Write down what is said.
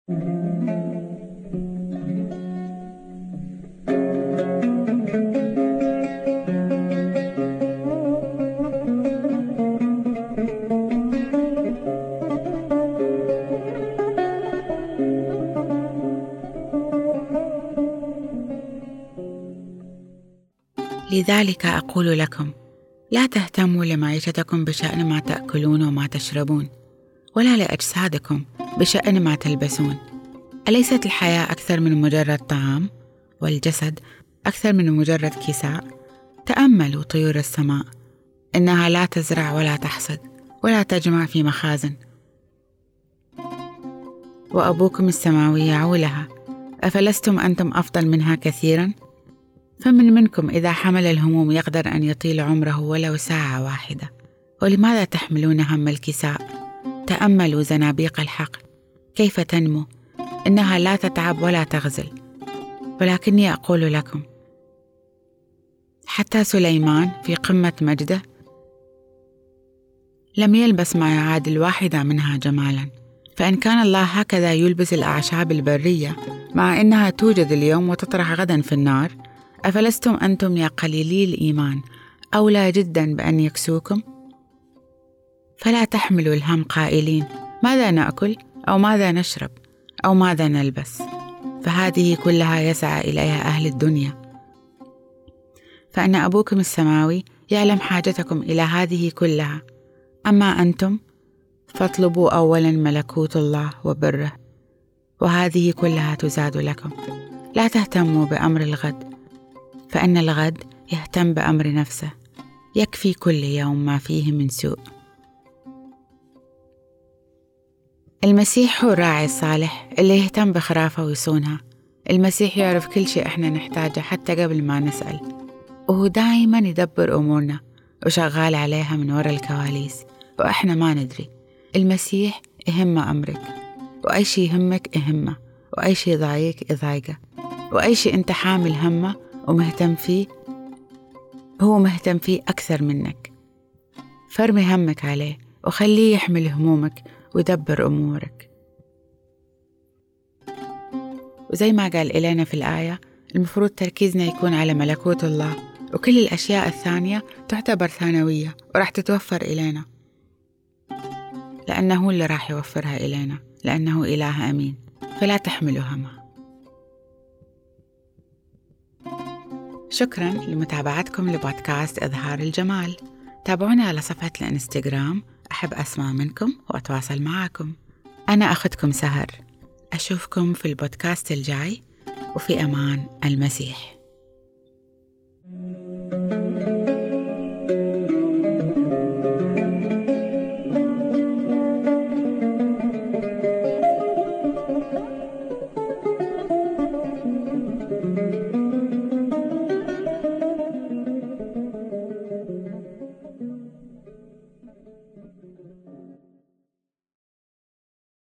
لذلك أقول لكم: لا تهتموا لمعيشتكم بشأن ما تأكلون وما تشربون، ولا لأجسادكم بشأن ما تلبسون. أليست الحياة أكثر من مجرد طعام، والجسد أكثر من مجرد كساء؟ تأملوا طيور السماء، إنها لا تزرع ولا تحصد ولا تجمع في مخازن، وأبوكم السماوي يعولها. أفلستم أنتم أفضل منها كثيرا؟ فمن منكم إذا حمل الهموم يقدر أن يطيل عمره ولو ساعة واحدة. ولماذا تحملون هم الكساء؟ تأملوا زنابيق الحقل كيف تنمو، إنها لا تتعب ولا تغزل. ولكني أقول لكم: حتى سليمان في قمة مجده لم يلبس ما يعادل واحدة منها جمالا. فإن كان الله هكذا يلبس الأعشاب البرية مع إنها توجد اليوم وتطرح غدا في النار، أفلستم أنتم يا قليلي الإيمان أولى جدا بأن يكسوكم؟ فلا تحملوا الهم قائلين: ماذا نأكل؟ أو ماذا نشرب؟ أو ماذا نلبس؟ فهذه كلها يسعى إليها أهل الدنيا، فإن أبوكم السماوي يعلم حاجتكم إلى هذه كلها. أما أنتم فاطلبوا أولا ملكوت الله وبره، وهذه كلها تزاد لكم. لا تهتموا بأمر الغد، فإن الغد يهتم بأمر نفسه. يكفي كل يوم ما فيه من سوء. المسيح هو الراعي الصالح اللي يهتم بخرافه ويصونها. المسيح يعرف كل شيء إحنا نحتاجه حتى قبل ما نسأل، وهو دائما يدبر أمورنا وشغال عليها من وراء الكواليس وإحنا ما ندري. المسيح يهمه أمرك، وأي شيء يهمك يهمه، وأي شيء يضايقك يضايقه، وأي شيء أنت حامل همه ومهتم فيه هو مهتم فيه أكثر منك. فرمي همك عليه وخليه يحمل همومك ويدبر أمورك. وزي ما قال إلينا في الآية، المفروض تركيزنا يكون على ملكوت الله، وكل الأشياء الثانية تعتبر ثانوية وراح تتوفر إلينا، لأنه هو اللي راح يوفرها إلينا، لأنه إله أمين. فلا تحملوا همه. شكرا لمتابعتكم لبودكاست إظهار الجمال. تابعونا على صفحة الإنستغرام، أحب أسمع منكم وأتواصل معكم. أنا أختكم سهر. أشوفكم في البودكاست الجاي، وفي أمان المسيح.